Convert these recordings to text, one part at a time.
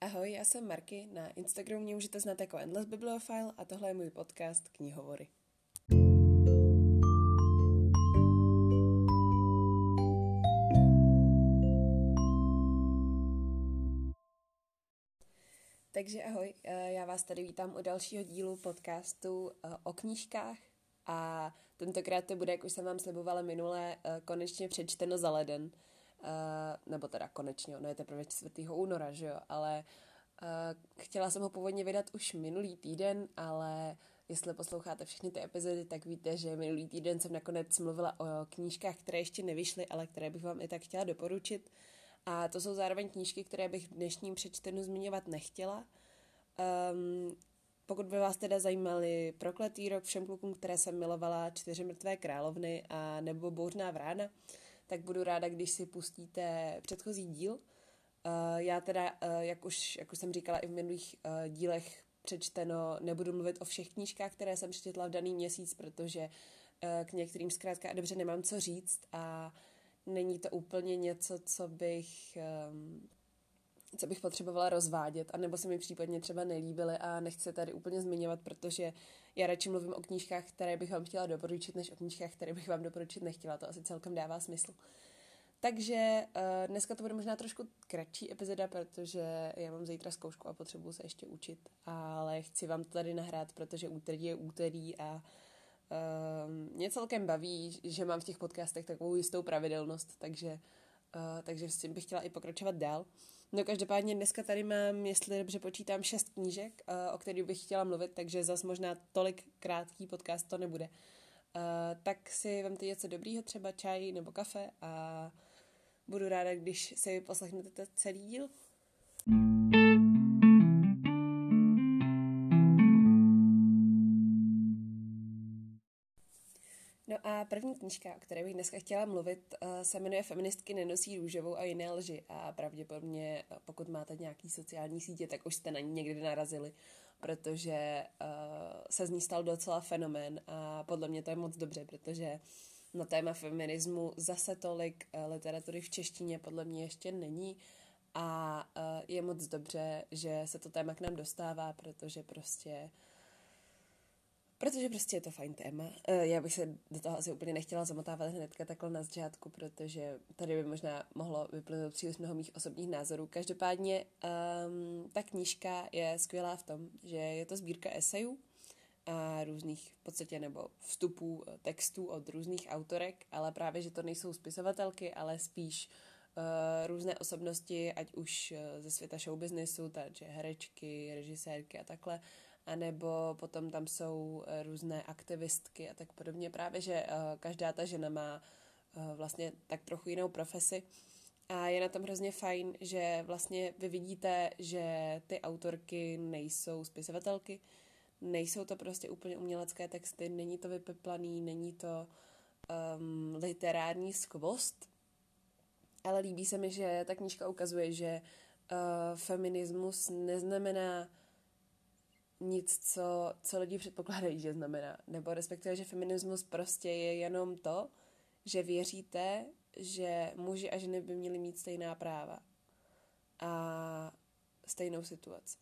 Ahoj, já jsem Marky, na Instagramu mě můžete znát jako Endless Bibliophile a tohle je můj podcast Knihovory. Takže ahoj, já vás tady vítám u dalšího dílu podcastu o knížkách a tentokrát to bude, jak už jsem vám slibovala minule, konečně přečteno za leden. Nebo teda konečně, ono je teprve 4. února, že jo, ale chtěla jsem ho původně vydat už minulý týden, ale jestli posloucháte všechny ty epizody, tak víte, že minulý týden jsem nakonec mluvila o knížkách, které ještě nevyšly, ale které bych vám i tak chtěla doporučit. A to jsou zároveň knížky, které bych v dnešním přečtenu zmiňovat nechtěla. Pokud by vás teda zajímaly Prokletý rok, Všem klukům, které jsem milovala, 4 mrtvé královny a nebo Bouřná vrána, tak budu ráda, když si pustíte předchozí díl. Já teda, jak už jsem říkala i v minulých dílech přečteno, nebudu mluvit o všech knížkách, které jsem přečetla v daný měsíc, protože k některým zkrátka a dobře nemám co říct a není to úplně něco, co bych potřebovala rozvádět, anebo se mi případně třeba nelíbily a nechci tady úplně zmiňovat, protože já radši mluvím o knížkách, které bych vám chtěla doporučit, než o knížkách, které bych vám doporučit nechtěla. To asi celkem dává smysl. Takže dneska to bude možná trošku kratší epizoda, protože já mám zítra zkoušku a potřebuji se ještě učit, ale chci vám to tady nahrát, protože úterý je úterý a mě celkem baví, že mám v těch podcastech takovou jistou pravidelnost, takže s tím bych chtěla i pokračovat dál. No každopádně dneska tady mám, jestli dobře počítám, 6 knížek, o kterých bych chtěla mluvit, takže zas možná tolik krátký podcast to nebude. Tak si vemte něco dobrýho, třeba čaj nebo kafe a budu ráda, když si poslechnete celý díl. No a první knížka, o které bych dneska chtěla mluvit, se jmenuje Feministky nenosí růžovou a jiné lži a pravděpodobně, pokud máte nějaký sociální sítě, tak už jste na ní někdy narazili, protože se z ní stal docela fenomén a podle mě to je moc dobře, protože na téma feminismu zase tolik literatury v češtině podle mě ještě není a je moc dobře, že se to téma k nám dostává, protože prostě je to fajn téma. Já bych se do toho asi úplně nechtěla zamotávat hnedka takhle na začátku, protože tady by možná mohlo vyplynout příliš mnoho mých osobních názorů. Každopádně ta knížka je skvělá v tom, že je to sbírka esejů a různých v podstatě nebo vstupů textů od různých autorek, ale právě, že to nejsou spisovatelky, ale spíš různé osobnosti, ať už ze světa showbiznesu, takže herečky, režisérky a takhle, anebo potom tam jsou různé aktivistky a tak podobně. Právě, že každá ta žena má vlastně tak trochu jinou profesi a je na tom hrozně fajn, že vlastně vy vidíte, že ty autorky nejsou spisovatelky, nejsou to prostě úplně umělecké texty, není to vypeplaný, není to literární skvost, ale líbí se mi, že ta knížka ukazuje, že feminismus neznamená nic, co lidi předpokládají, že znamená. Nebo respektive, že feminismus prostě je jenom to, že věříte, že muži a ženy by měli mít stejná práva a stejnou situaci.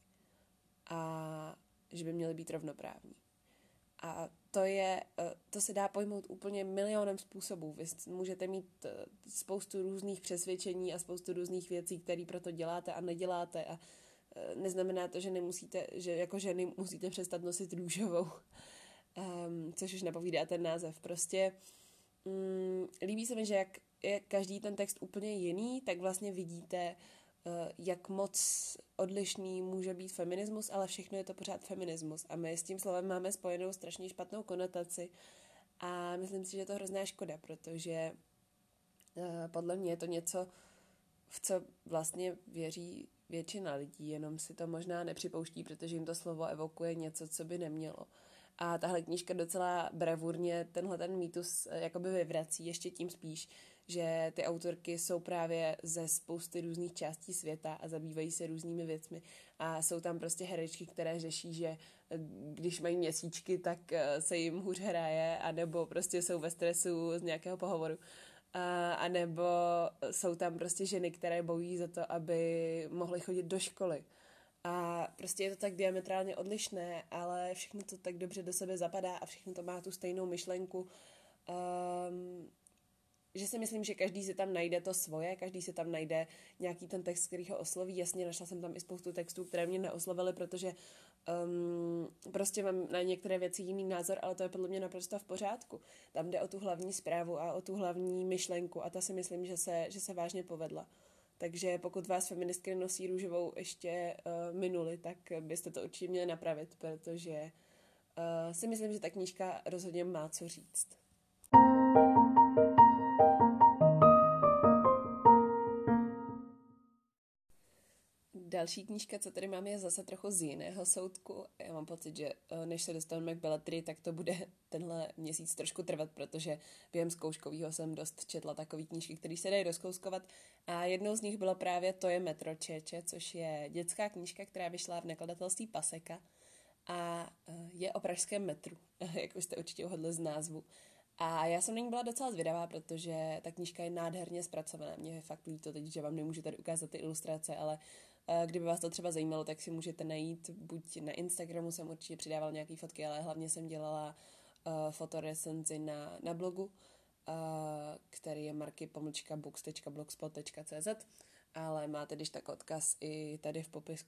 A že by měly být rovnoprávní. A to se dá pojmout úplně milionem způsobů. Vy můžete mít spoustu různých přesvědčení a spoustu různých věcí, které proto děláte a neděláte a neznamená to, že nemusíte, že jako ženy musíte přestat nosit růžovou, což už napovídá ten název. Prostě líbí se mi, že jak je každý ten text úplně jiný, tak vlastně vidíte, jak moc odlišný může být feminismus, ale všechno je to pořád feminismus. A my s tím slovem máme spojenou strašně špatnou konotaci a myslím si, že je to hrozná škoda, protože podle mě je to něco, v co vlastně věří většina lidí, jenom si to možná nepřipouští, protože jim to slovo evokuje něco, co by nemělo. A tahle knížka docela bravurně tenhle ten mýtus jakoby vyvrací ještě tím spíš, že ty autorky jsou právě ze spousty různých částí světa a zabývají se různými věcmi a jsou tam prostě herečky, které řeší, že když mají měsíčky, tak se jim hůř hraje, anebo prostě jsou ve stresu z nějakého pohovoru. A nebo jsou tam prostě ženy, které bojí za to, aby mohly chodit do školy. A prostě je to tak diametrálně odlišné, ale všechno to tak dobře do sebe zapadá a všechno to má tu stejnou myšlenku, že si myslím, že každý si tam najde to svoje, každý si tam najde nějaký ten text, který ho osloví. Jasně, našla jsem tam i spoustu textů, které mě neoslovily, protože prostě mám na některé věci jiný názor, ale to je podle mě naprosto v pořádku. Tam jde o tu hlavní zprávu a o tu hlavní myšlenku a ta si myslím, že se vážně povedla. Takže pokud vás feministky nosí růžovou ještě minuli, tak byste to určitě měli napravit, protože si myslím, že ta knížka rozhodně má co říct. Další knížka, co tady mám, je zase trochu z jiného soudku. Já mám pocit, že než se dostaneme k beletrii, tak to bude tenhle měsíc trošku trvat, protože během zkouškovýho jsem dost četla takový knížky, které se dají rozkouskovat. A jednou z nich bylo právě To je metro Čeče, což je dětská knížka, která vyšla v nakladatelství Paseka a je o pražském metru, jak už jste určitě uhodli z názvu. A já jsem na ní byla docela zvědavá, protože ta knížka je nádherně zpracovaná. Mně je fakt líto teď, že vám nemůžu tady ukázat ty ilustrace, ale kdyby vás to třeba zajímalo, tak si můžete najít, buď na Instagramu jsem určitě přidávala nějaké fotky, ale hlavně jsem dělala fotorecenzi na blogu, který je marky-books.blogspot.cz, ale máte když tak odkaz i tady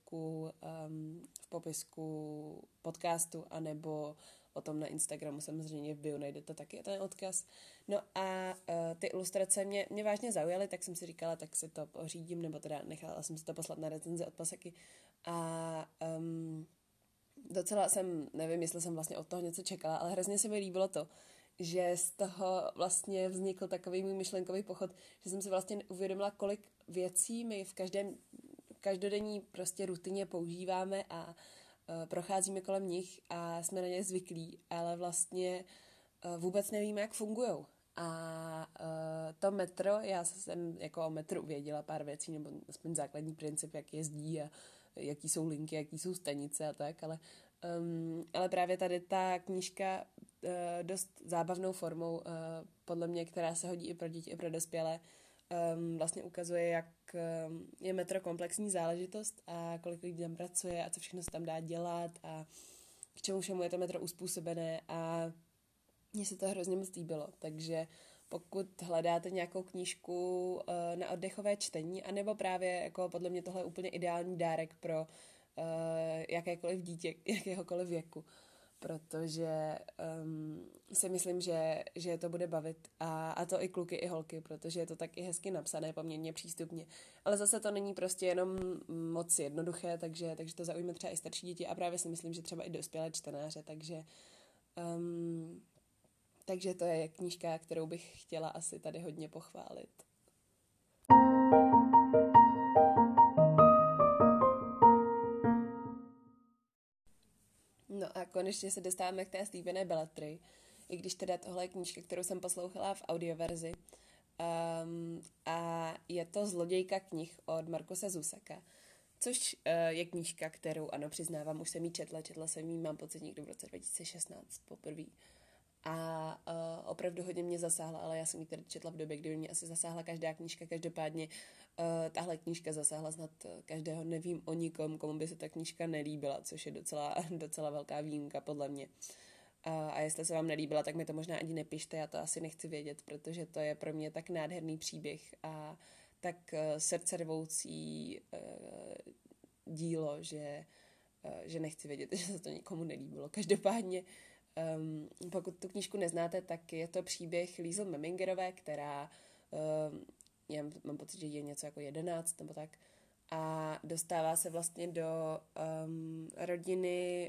v popisku podcastu, anebo potom na Instagramu samozřejmě v bio najdete taky ten odkaz. No a ty ilustrace mě vážně zaujaly, tak jsem si říkala, tak si to pořídím, nebo teda nechala jsem si to poslat na recenzi od Paseky. A docela jsem, nevím, jestli jsem vlastně od toho něco čekala, ale hrozně se mi líbilo to, že z toho vlastně vznikl takový můj myšlenkový pochod, že jsem si vlastně uvědomila, kolik věcí my v každodenní prostě rutině používáme a procházíme kolem nich a jsme na ně zvyklí, ale vlastně vůbec nevíme, jak fungujou. A to metro, já jsem jako o metru věděla pár věcí, nebo aspoň základní princip, jak jezdí a jaký jsou linky, jaký jsou stanice a tak, ale právě tady ta knížka dost zábavnou formou, podle mě, která se hodí i pro děti, i pro dospělé, vlastně ukazuje, jak je metro komplexní záležitost a kolik lidí tam pracuje a co všechno se tam dá dělat a k čemu všemu je to metro uspůsobené a mně se to hrozně moc líbilo, takže pokud hledáte nějakou knížku na oddechové čtení, anebo právě jako podle mě tohle je úplně ideální dárek pro jakékoliv dítě, jakéhokoliv věku, protože si myslím, že to bude bavit a to i kluky, i holky, protože je to taky hezky napsané, poměrně přístupně. Ale zase to není prostě jenom moc jednoduché, takže to zaujme třeba i starší děti a právě si myslím, že třeba i dospělé čtenáře, takže to je knížka, kterou bych chtěla asi tady hodně pochválit. No a konečně se dostáváme k té slíbené beletrii, i když teda tohle je knížka, kterou jsem poslouchala v audioverzi. A je to Zlodějka knih od Markuse Zusaka, což je knížka, kterou, ano, přiznávám, už jsem ji četla jsem ji, mám pocit, někdy v roce 2016 poprvé. A opravdu hodně mě zasáhla, ale já jsem ji tedy četla v době, kdy mě asi zasáhla každá knížka, každopádně tahle knížka zasáhla snad každého, nevím o nikom, komu by se ta knížka nelíbila, což je docela velká výjimka podle mě. A jestli se vám nelíbila, tak mi to možná ani nepište, já to asi nechci vědět, protože to je pro mě tak nádherný příběh a tak srdcervoucí dílo, že nechci vědět, že se to nikomu nelíbilo. Každopádně pokud tu knížku neznáte, tak je to příběh Liesl Memingerové, která, já mám pocit, že je něco jako 11 nebo tak, a dostává se vlastně do rodiny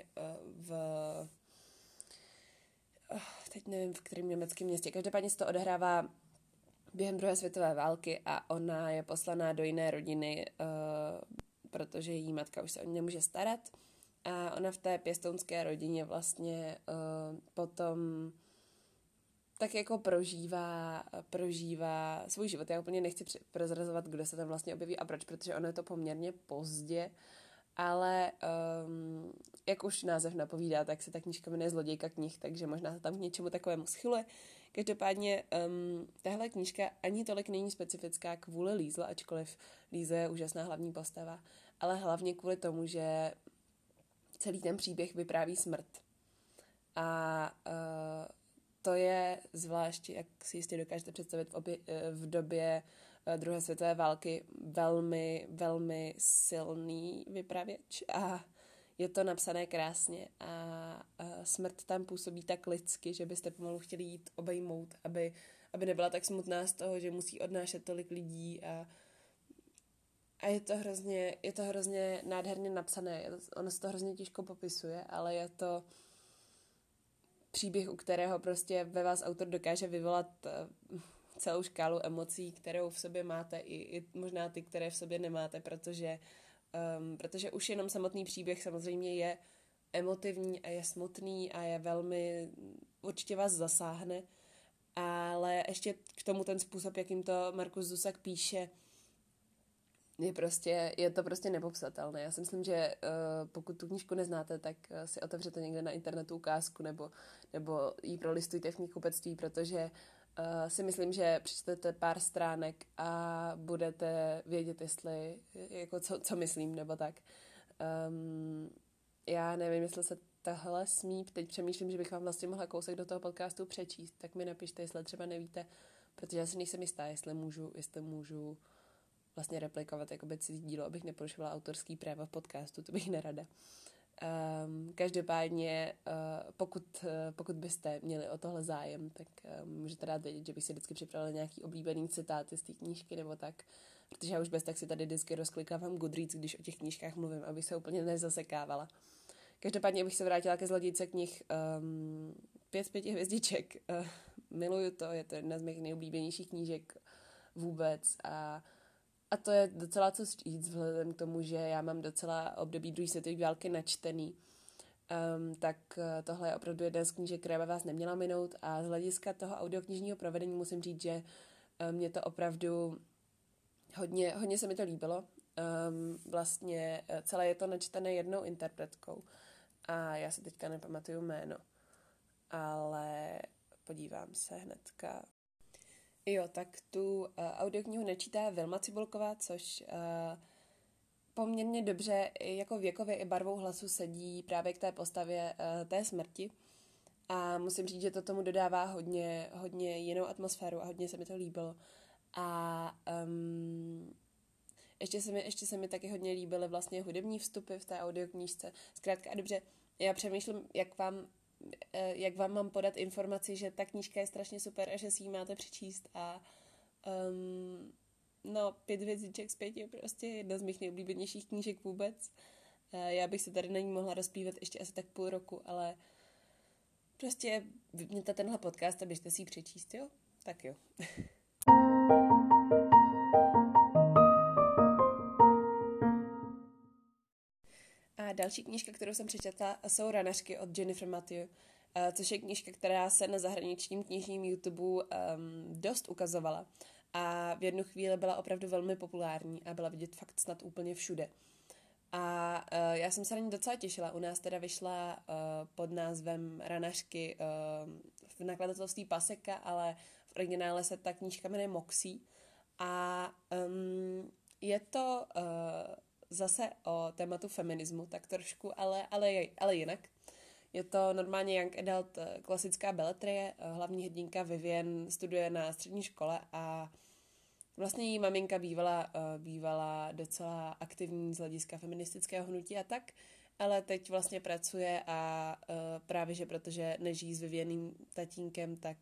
teď nevím, v kterém německém městě. Každopádně se to odehrává během druhé světové války a ona je poslaná do jiné rodiny, protože její matka už se o ní nemůže starat. A ona v té pěstounské rodině vlastně potom tak jako prožívá svůj život. Já úplně nechci prozrazovat, kdo se tam vlastně objeví a proč, protože ono je to poměrně pozdě, ale jak už název napovídá, tak se ta knížka jmenuje Zlodějka knih, takže možná se tam k něčemu takovému schyluje. Každopádně tahle knížka ani tolik není specifická kvůli Liesl, ačkoliv Liesl je úžasná hlavní postava, ale hlavně kvůli tomu, že celý ten příběh vypráví smrt. A to je zvlášť, jak si jistě dokážete představit, v době druhé světové války velmi, velmi silný vypravěč a je to napsané krásně a smrt tam působí tak lidsky, že byste pomalu chtěli jít obejmout, aby nebyla tak smutná z toho, že musí odnášet tolik lidí a je to hrozně nádherně napsané. Ono se to hrozně těžko popisuje, ale je to příběh, u kterého prostě ve vás autor dokáže vyvolat celou škálu emocí, kterou v sobě máte, i možná ty, které v sobě nemáte, protože už jenom samotný příběh samozřejmě je emotivní a je smutný a je velmi, určitě vás zasáhne, ale ještě k tomu ten způsob, jakým to Markus Zusak píše, je to prostě nepopsatelné. Já si myslím, že pokud tu knížku neznáte, tak si otevřete někde na internetu ukázku nebo ji prolistujte v knihkupectví, protože si myslím, že přečtete pár stránek a budete vědět, jestli, jako co myslím, nebo tak. Já nevím, jestli se tahle smí, teď přemýšlím, že bych vám vlastně mohla kousek do toho podcastu přečíst, tak mi napište, jestli třeba nevíte, protože já si nejsem jistá, jestli můžu vlastně replikovat jakoby cizí dílo, abych neporušovala autorský práva v podcastu, to bych nerada. Každopádně, pokud byste měli o tohle zájem, tak můžete rád vědět, že bych si vždycky připravila nějaký oblíbený citáty z té knížky nebo tak, protože já už bez tak si tady vždycky rozklikávám Goodreads, když o těch knížkách mluvím, abych se úplně nezasekávala. Každopádně bych se vrátila ke Zlodějce knih 5 z 5 hvězdiček. Miluju to, je to jedna z mých nejoblíbenějších knížek vůbec a to je docela co říct, vzhledem k tomu, že já mám docela období druhé světové války načtený. Tak tohle je opravdu jedna z knížek, která by vás neměla minout a z hlediska toho audioknižního provedení musím říct, že mě to opravdu hodně se mi to líbilo. Vlastně celé je to načtené jednou interpretkou a já si teďka nepamatuju jméno, ale podívám se hnedka. Jo, tak tu audioknihu načítá Vilma Cibulková, což poměrně dobře jako věkově i barvou hlasu sedí právě k té postavě té smrti. A musím říct, že to tomu dodává hodně jinou atmosféru a hodně se mi to líbilo. A ještě se mi taky hodně líbily vlastně hudební vstupy v té audioknížce. Zkrátka a dobře, já přemýšlím, jak vám mám podat informaci, že ta knížka je strašně super a že si ji máte přečíst a 5 hvězdiček z 5 je prostě jedna z mých nejoblíbenějších knížek vůbec. Já bych se tady na ní mohla rozpívat ještě asi tak půl roku, ale prostě vypněte tenhle podcast a běžte si ji přečíst, jo? Tak jo. A další knížka, kterou jsem přečetla, jsou Ranařky od Jennifer Mathieu, což je knížka, která se na zahraničním knižním YouTube dost ukazovala a v jednu chvíli byla opravdu velmi populární a byla vidět fakt snad úplně všude. A já jsem se na ní docela těšila. U nás teda vyšla pod názvem Ranařky v nakladatelství Paseka, ale v originále se ta knížka jmenuje Moxie a je to zase o tématu feminismu, tak trošku, ale jinak. Je to normálně young adult klasická beletrie. Hlavní hrdinka Vivian studuje na střední škole a vlastně její maminka bývala docela aktivní z hlediska feministického hnutí a tak, ale teď vlastně pracuje a právě, že protože nežijí s Vivianým tatínkem, tak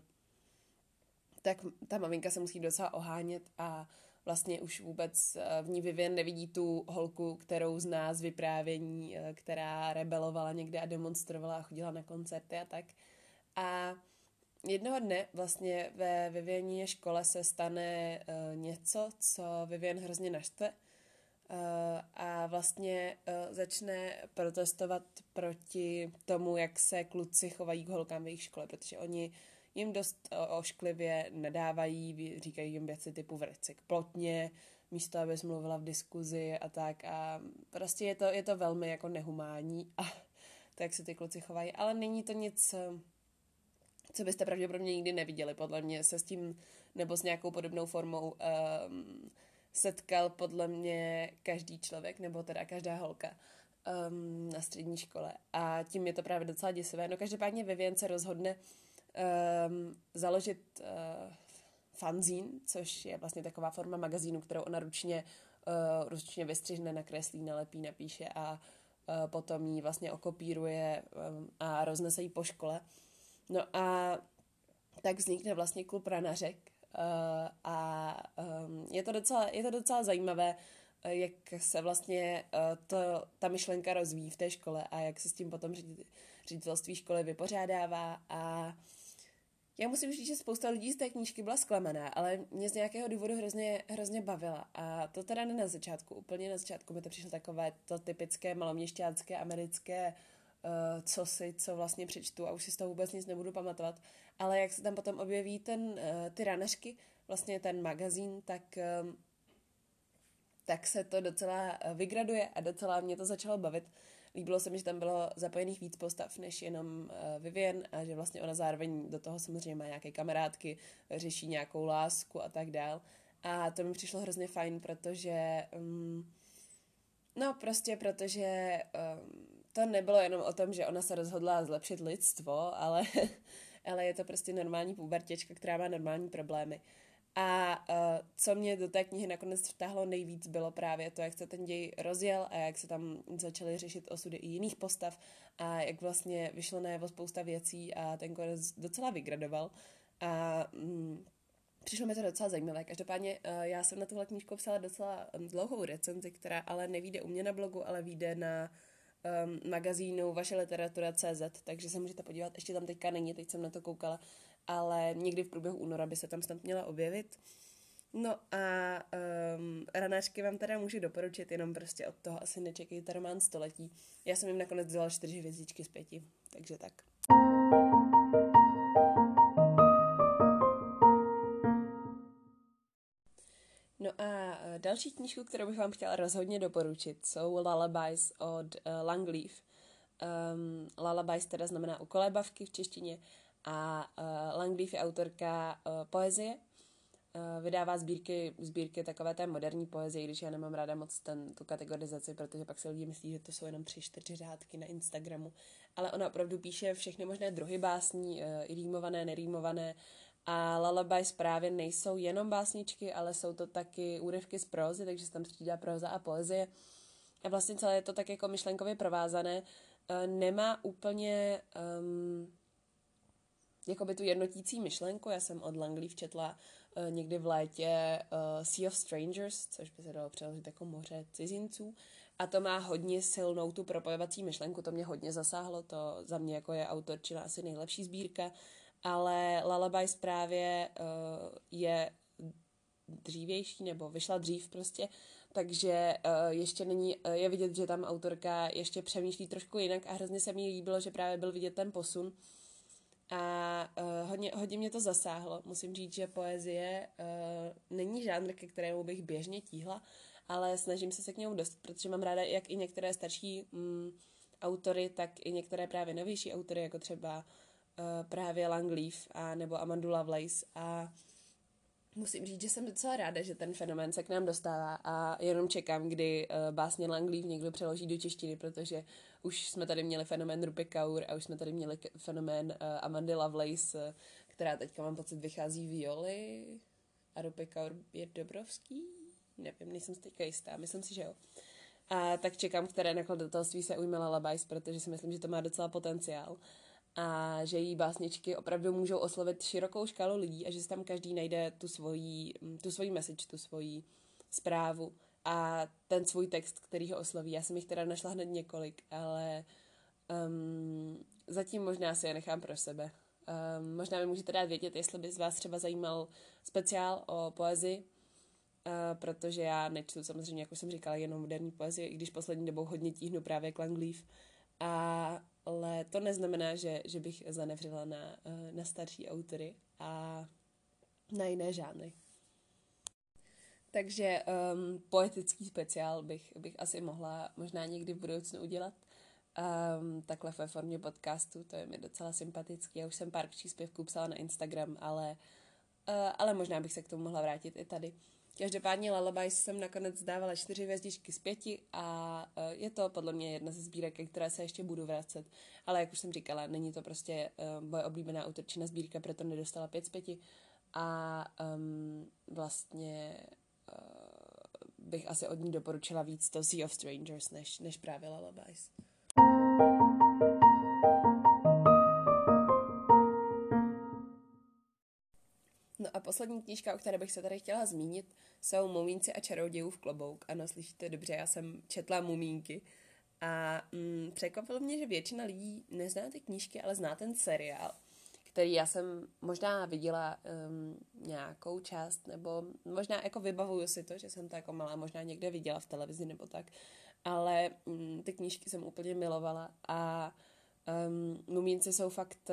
ta maminka se musí docela ohánět a vlastně už vůbec v ní Vivian nevidí tu holku, kterou zná z vyprávění, která rebelovala někde a demonstrovala a chodila na koncerty a tak. A jednoho dne vlastně ve Vivianině škole se stane něco, co Vivian hrozně naštve a vlastně začne protestovat proti tomu, jak se kluci chovají k holkám v jejich škole, protože oni jim dost ošklivě nadávají, říkají jim věci typu vrať se k plotně, místo abys mluvila v diskuzi a tak a prostě je to velmi jako nehumánní a tak se ty kluci chovají, ale není to nic, co byste pravděpodobně nikdy neviděli, podle mě se s tím nebo s nějakou podobnou formou setkal podle mě každý člověk, nebo teda každá holka na střední škole. A tím je to právě docela děsivé. No každopádně Vivian se rozhodne založit fanzín, což je vlastně taková forma magazínu, kterou ona ručně vystřihne, nakreslí, nalepí, napíše a potom ji vlastně okopíruje a roznese ji po škole. No a tak vznikne vlastně klub ranařek a je to docela zajímavé, jak se vlastně ta myšlenka rozvíjí v té škole a jak se s tím potom ředitelství školy vypořádává. A já musím říct, že spousta lidí z té knížky byla zklamaná, ale mě z nějakého důvodu hrozně bavila. A to teda ne na začátku. Úplně na začátku mi to přišlo takové to typické maloměšťánské, americké co vlastně přečtu a už si z toho vůbec nic nebudu pamatovat. Ale jak se tam potom objeví ty ranařky, vlastně ten magazín, tak se to docela vygraduje a docela mě to začalo bavit. Líbilo se mi, že tam bylo zapojených víc postav než jenom Vivian a že vlastně ona zároveň do toho samozřejmě má nějaké kamarádky, řeší nějakou lásku a tak dál. A to mi přišlo hrozně fajn, protože protože to nebylo jenom o tom, že ona se rozhodla zlepšit lidstvo, ale je to prostě normální pubertěčka, která má normální problémy. A co mě do té knihy nakonec vtáhlo nejvíc, bylo právě to, jak se ten děj rozjel a jak se tam začaly řešit osudy i jiných postav a jak vlastně vyšlo najevo spousta věcí a ten konec docela vygradoval. A přišlo mi to docela zajímavé. Každopádně já jsem na tuhle knížku psala docela dlouhou recenzi, která ale nevyjde u mě na blogu, ale vyjde na magazínu vašeliteratura.cz, takže se můžete podívat, ještě tam teďka není, teď jsem na to koukala, ale někdy v průběhu února by se tam snad měla objevit. No a ranářky vám teda můžu doporučit, jenom prostě od toho asi nečekejte román století. Já jsem jim nakonec dala 4 hvězdičky z 5, takže tak. No a další knížku, kterou bych vám chtěla rozhodně doporučit, jsou Lullabies od Langleaf. Lullabies teda znamená ukolébavky v češtině a Langleaf je autorka poezie. Vydává sbírky takové té moderní poezie, když já nemám ráda moc tu kategorizaci, protože pak si lidi myslí, že to jsou jenom 3-4 řádky na Instagramu. Ale ona opravdu píše všechny možné druhy básní, i rýmované, nerýmované. A Lullabies právě nejsou jenom básničky, ale jsou to taky úryvky z prózy, takže se tam střídá próza a poezie. A vlastně celé je to tak jako myšlenkově provázané. Nemá úplně jakoby tu jednotící myšlenku. Já jsem od Langleaf četla někdy v létě Sea of Strangers, což by se dalo přeložit jako moře cizinců. A to má hodně silnou tu propojovací myšlenku, to mě hodně zasáhlo, to za mě jako je autorčina asi nejlepší sbírka, ale Lullabies právě je dřívější, nebo vyšla dřív prostě, takže ještě je vidět, že tam autorka ještě přemýšlí trošku jinak a hrozně se mi líbilo, že právě byl vidět ten posun. A hodně mě to zasáhlo. Musím říct, že poezie není žánr, ke kterému bych běžně tíhla, ale snažím se k němu dostat, protože mám ráda jak i některé starší autory, tak i některé právě novější autory, jako třeba právě Langleaf a nebo Amandu Lovelace. A musím říct, že jsem docela ráda, že ten fenomén se k nám dostává a jenom čekám, kdy básně Langleaf někdo přeloží do češtiny, protože už jsme tady měli fenomén Rupy Kaur a už jsme tady měli fenomén Amandy Lovelace, která teďka mám pocit vychází Violy a Rupy Kaur je Dobrovský? Nevím, nejsem si teďka jistá, myslím si, že jo. A tak čekám, které nakladatelství se ujme Lullabies, protože si myslím, že to má docela potenciál a že její básničky opravdu můžou oslovit širokou škálu lidí a že si tam každý najde tu svoji message, tu svoji zprávu a ten svůj text, který ho osloví. Já jsem jich teda našla hned několik, ale zatím možná si je nechám pro sebe. Možná mi můžete dát vědět, jestli by z vás třeba zajímal speciál o poezii, protože já nečtu samozřejmě, jako jsem říkala, jenom moderní poezii, i když poslední dobou hodně tíhnu právě k Langleaf. Ale to neznamená, že bych zanevřela na starší autory a na jiné žánry. Takže poetický speciál bych asi mohla možná někdy v budoucnu udělat. Takhle ve formě podcastu, to je mi docela sympatický. Já už jsem pár příspěvků psala na Instagram, ale možná bych se k tomu mohla vrátit i tady. Každopádně Lullabies jsem nakonec dávala 4 hvězdičky z 5 a je to podle mě jedna ze sbírek, ke které se ještě budu vracet. Ale jak už jsem říkala, není to prostě moje oblíbená autorčina sbírka, proto nedostala 5 z 5. A vlastně bych asi od ní doporučila víc to Sea of Strangers, než právě Lullabies. No a poslední knížka, o které bych se tady chtěla zmínit, jsou Mumínci a čarodějův klobouk. Ano, slyšíte dobře, já jsem četla Mumínky. A překvapilo mě, že většina lidí nezná ty knížky, ale zná ten seriál, který já jsem možná viděla nějakou část, nebo možná jako vybavuju si to, že jsem to jako malá možná někde viděla v televizi nebo tak, ale ty knížky jsem úplně milovala a Mumínci jsou fakt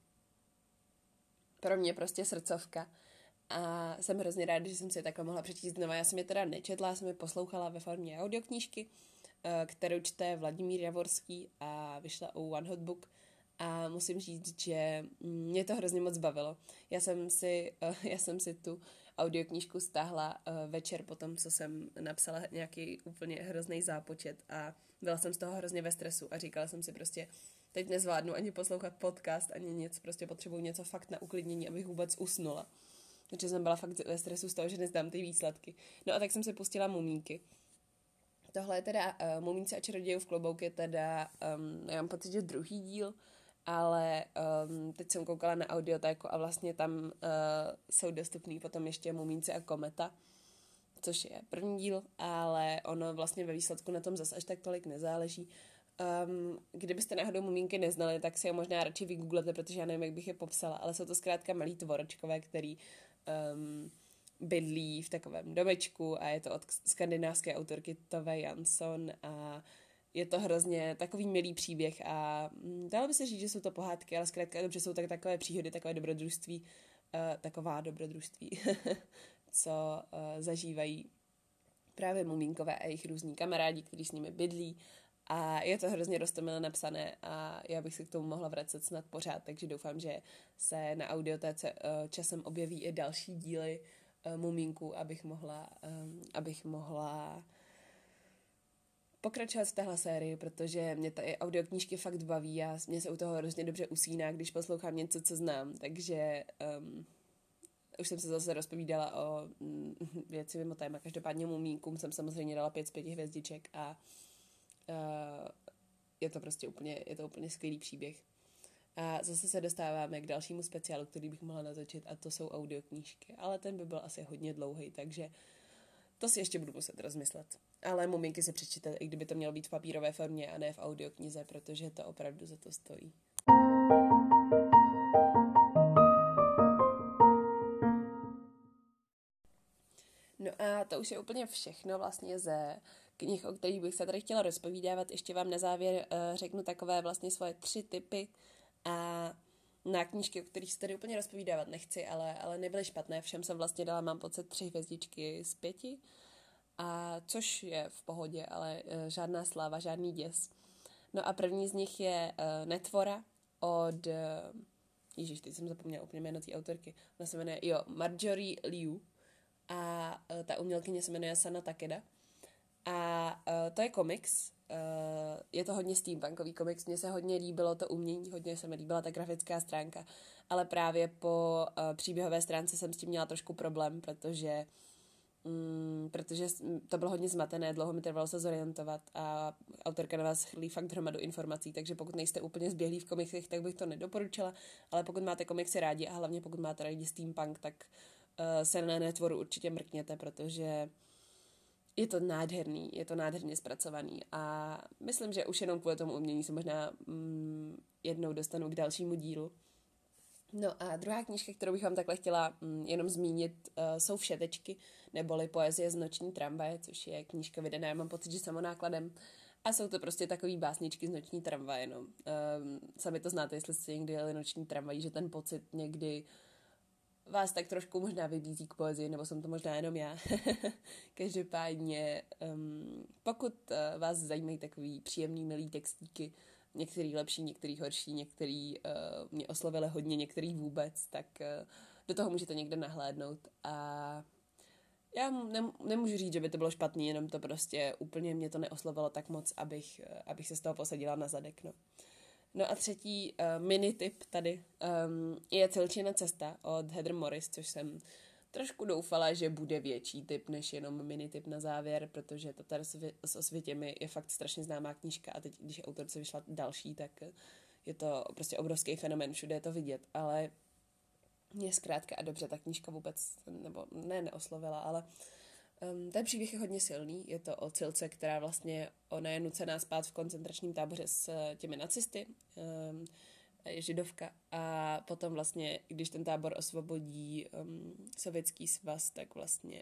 pro mě prostě srdcovka a jsem hrozně ráda, že jsem si je takhle mohla přečíst znova. Já jsem je teda nečetla, já jsem je poslouchala ve formě audioknížky, kterou čte Vladimír Javorský a vyšla u One Hot Book a musím říct, že mě to hrozně moc bavilo. Já jsem si tu audioknížku stáhla večer potom, co jsem napsala nějaký úplně hrozný zápočet a byla jsem z toho hrozně ve stresu a říkala jsem si prostě, teď nezvládnu ani poslouchat podcast, ani nic, prostě potřebuju něco fakt na uklidnění, abych vůbec usnula. Takže jsem byla fakt ve stresu z toho, že neznám ty výsledky. No a tak jsem se pustila Mumínky. Tohle je teda Mumínci a čarodějův klobouk je teda, já mám pocit, že druhý díl, ale teď jsem koukala na audiotéku a vlastně tam jsou dostupný potom ještě Mumínci a kometa, což je první díl, ale ono vlastně ve výsledku na tom zase až tak tolik nezáleží. Kdybyste náhodou Mumínky neznali, tak si je možná radši vygooglete, protože já nevím, jak bych je popsala, ale jsou to zkrátka malí tvorečkové, který bydlí v takovém domečku a je to od skandinávské autorky Tove Jansson a je to hrozně takový milý příběh a dalo by se říct, že jsou to pohádky, ale zkrátka dobře jsou takové příhody, takové dobrodružství, taková dobrodružství, co zažívají právě mumínkové a jejich různí kamarádi, kteří s nimi bydlí a je to hrozně roztomilé napsané a já bych se k tomu mohla vracet snad pořád, takže doufám, že se na audiotéce časem objeví i další díly Mumínků, abych mohla pokračovat v téhle sérii, protože mě ty audioknížky fakt baví a mě se u toho hrozně dobře usíná, když poslouchám něco, co znám, takže už jsem se zase rozpovídala o věci mimo téma. Každopádně Mumínkům jsem samozřejmě dala 5 z 5 hvězdiček a je to prostě úplně skvělý příběh. A zase se dostáváme k dalšímu speciálu, který bych mohla natočit a to jsou audioknížky. Ale ten by byl asi hodně dlouhý, takže to si ještě budu muset rozmyslet. Ale Mumínky si přečtěte, i kdyby to mělo být v papírové formě a ne v audioknize, protože to opravdu za to stojí. No a to už je úplně všechno vlastně ze knih, o kterých bych se tady chtěla rozpovídávat. Ještě vám na závěr řeknu takové vlastně svoje 3 tipy a na knížky, o kterých se tady úplně rozpovídávat nechci, ale nebyly špatné. Všem jsem vlastně dala, mám pocit, 3 hvězdičky z 5. A což je v pohodě, ale žádná sláva, žádný děs. No a první z nich je Netvora od Ježíš, teď jsem zapomněla úplně jméno té autorky. Ona se jmenuje, Marjorie Liu a ta umělkyně se jmenuje Sana Takeda. A to je komiks, je to hodně steampunkový komiks, mně se hodně líbilo to umění, hodně se mi líbila ta grafická stránka, ale právě po příběhové stránce jsem s tím měla trošku problém, protože to bylo hodně zmatené, dlouho mi trvalo se zorientovat a autorka na vás chrlí fakt hromadu informací, takže pokud nejste úplně zběhlí v komiksech, tak bych to nedoporučila, ale pokud máte komiksy rádi a hlavně pokud máte rádi steampunk, tak se na Netvoru určitě mrkněte, protože je to nádherně zpracovaný a myslím, že už jenom kvůli tomu umění se možná jednou dostanu k dalšímu dílu. No a druhá knížka, kterou bych vám takhle chtěla jenom zmínit, jsou Všetečky, neboli Poezie z noční tramvaje, což je knížka vydaná, já mám pocit, že samonákladem. A jsou to prostě takový básničky z noční tramvaje, no. Sami to znáte, jestli jste někdy jeli noční tramvaj, že ten pocit někdy vás tak trošku možná vybízí k poezii, nebo jsem to možná jenom já. Každopádně, pokud vás zajímají takový příjemný, milý textíky, některý lepší, některý horší, některý mě oslovili hodně, některý vůbec, tak do toho můžete někde nahlédnout a Já nemůžu říct, že by to bylo špatný, jenom to prostě úplně mě to neoslovilo tak moc, abych se z toho posadila na zadek, no. No a třetí mini tip tady je Celčina cesta od Heather Morris, což jsem trošku doufala, že bude větší tip, než jenom mini tip na závěr, protože to tady s osvětěmi je fakt strašně známá knížka a teď, když je autorce vyšla další, tak je to prostě obrovský fenomén, všude je to vidět, ale mě zkrátka a dobře ta knížka vůbec, nebo ne neoslovila, ale ten příběh je hodně silný. Je to o Cilce, která vlastně, ona je nucená spát v koncentračním táboře s těmi nacisty, je židovka a potom vlastně, když ten tábor osvobodí Sovětský svaz, tak vlastně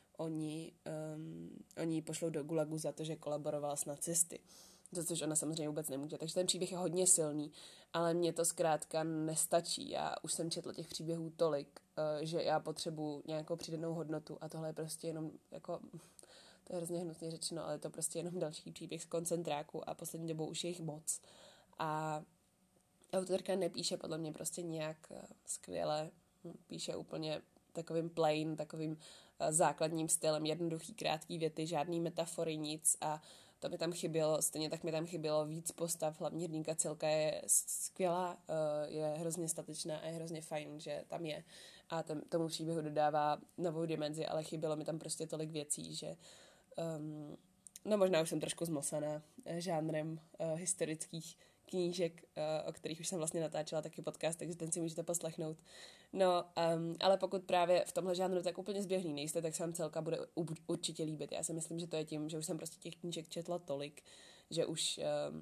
oni ji pošlou do Gulagu za to, že kolaborovala s nacisty. Za což ona samozřejmě vůbec nemůže. Takže ten příběh je hodně silný, ale mně to zkrátka nestačí. Já už jsem četla těch příběhů tolik, že já potřebuji nějakou přidanou hodnotu a tohle je prostě jenom jako, to je hrozně hnusně řečeno, ale je to prostě jenom další příběh z koncentráku a poslední dobou už je jich moc. A autorka nepíše podle mě prostě nějak skvěle, píše úplně takovým plain, takovým základním stylem, jednoduchý, krátký věty, žádný metafory, nic a to mi tam chybělo, stejně tak mi tam chybělo víc postav, hlavně hrdinka Celka je skvělá, je hrozně statečná a je hrozně fajn, že tam je a tomu příběhu dodává novou dimenzi, ale chybělo mi tam prostě tolik věcí, že no možná už jsem trošku zmosaná žánrem historických knížek, o kterých už jsem vlastně natáčela taky podcast, takže ten si můžete poslechnout. No, ale pokud právě v tomhle žánru tak úplně zběhlý nejste, tak se vám Celka bude určitě líbit. Já si myslím, že to je tím, že už jsem prostě těch knížek četla tolik, že už,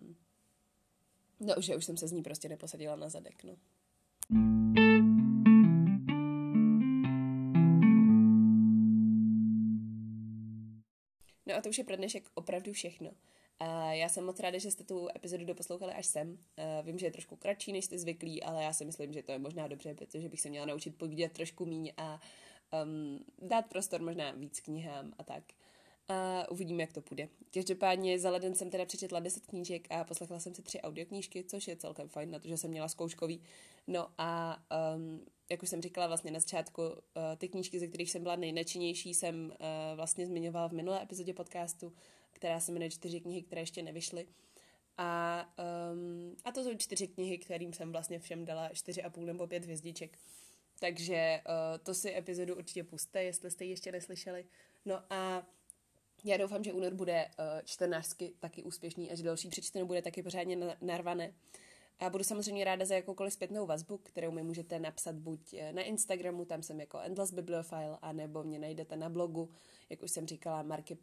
že už jsem se z ní prostě neposadila na zadek, no. No a to už je pro dnešek opravdu všechno. Já jsem moc ráda, že jste tu epizodu doposlouchali až sem. Vím, že je trošku kratší, než jste zvyklí, ale já si myslím, že to je možná dobře, protože bych se měla naučit povídat trošku míň a dát prostor možná víc knihám a tak. Uvidíme, jak to půjde. Každopádně za leden jsem teda přečetla 10 knížek a poslechla jsem si 3 audioknížky, což je celkem fajn na to, že jsem měla zkouškový. No a jak už jsem říkala vlastně na začátku, ty knížky, ze kterých jsem byla nejnadšenější, jsem vlastně zmiňovala v minulé epizodě podcastu, která se jmenuje 4 knihy, které ještě nevyšly. A to jsou 4 knihy, kterým jsem vlastně všem dala 4,5 nebo 5 hvězdiček. Takže to si epizodu určitě pusťte, jestli jste ji ještě neslyšeli. No a já doufám, že únor bude čtenářsky taky úspěšný a že další přečteno bude taky pořádně narvané. A budu samozřejmě ráda za jakoukoliv zpětnou vazbu, kterou mi můžete napsat buď na Instagramu, tam jsem jako Endless Bibliophile, anebo mě najdete na blogu, jak už jsem říkala,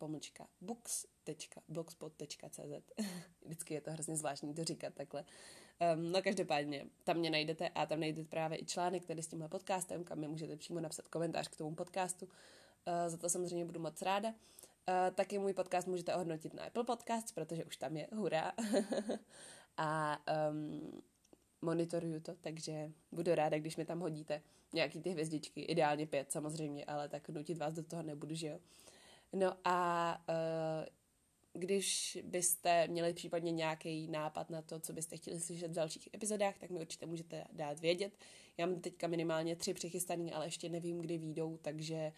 markypomlčka.books.blogspot.cz. Vždycky je to hrozně zvláštní to říkat takhle. No každopádně, tam mě najdete a tam najdete právě i článek tady s tímhle podcastem, kam mi můžete přímo napsat komentář k tomu podcastu. Za to samozřejmě budu moc ráda. Taky můj podcast můžete ohodnotit na Apple Podcasts, protože už tam je, hurá. A monitoruju to, takže budu ráda, když mi tam hodíte nějaký ty hvězdičky, ideálně 5 samozřejmě, ale tak nutit vás do toho nebudu, že jo. No a když byste měli případně nějaký nápad na to, co byste chtěli slyšet v dalších epizodách, tak mi určitě můžete dát vědět. Já mám teďka minimálně 3 přichystaný, ale ještě nevím, kdy vyjdou, takže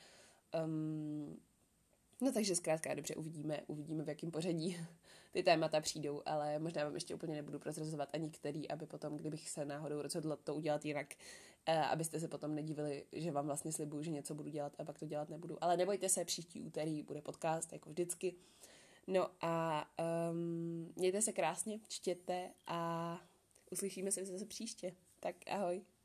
takže zkrátka dobře uvidíme, v jakém pořadí ty témata přijdou, ale možná vám ještě úplně nebudu prozrazovat ani který, aby potom, kdybych se náhodou rozhodla to udělat jinak, abyste se potom nedivili, že vám vlastně slibuju, že něco budu dělat a pak to dělat nebudu. Ale nebojte se, příští úterý bude podcast, jako vždycky. No a mějte se krásně, čtěte a uslyšíme se zase příště. Tak ahoj.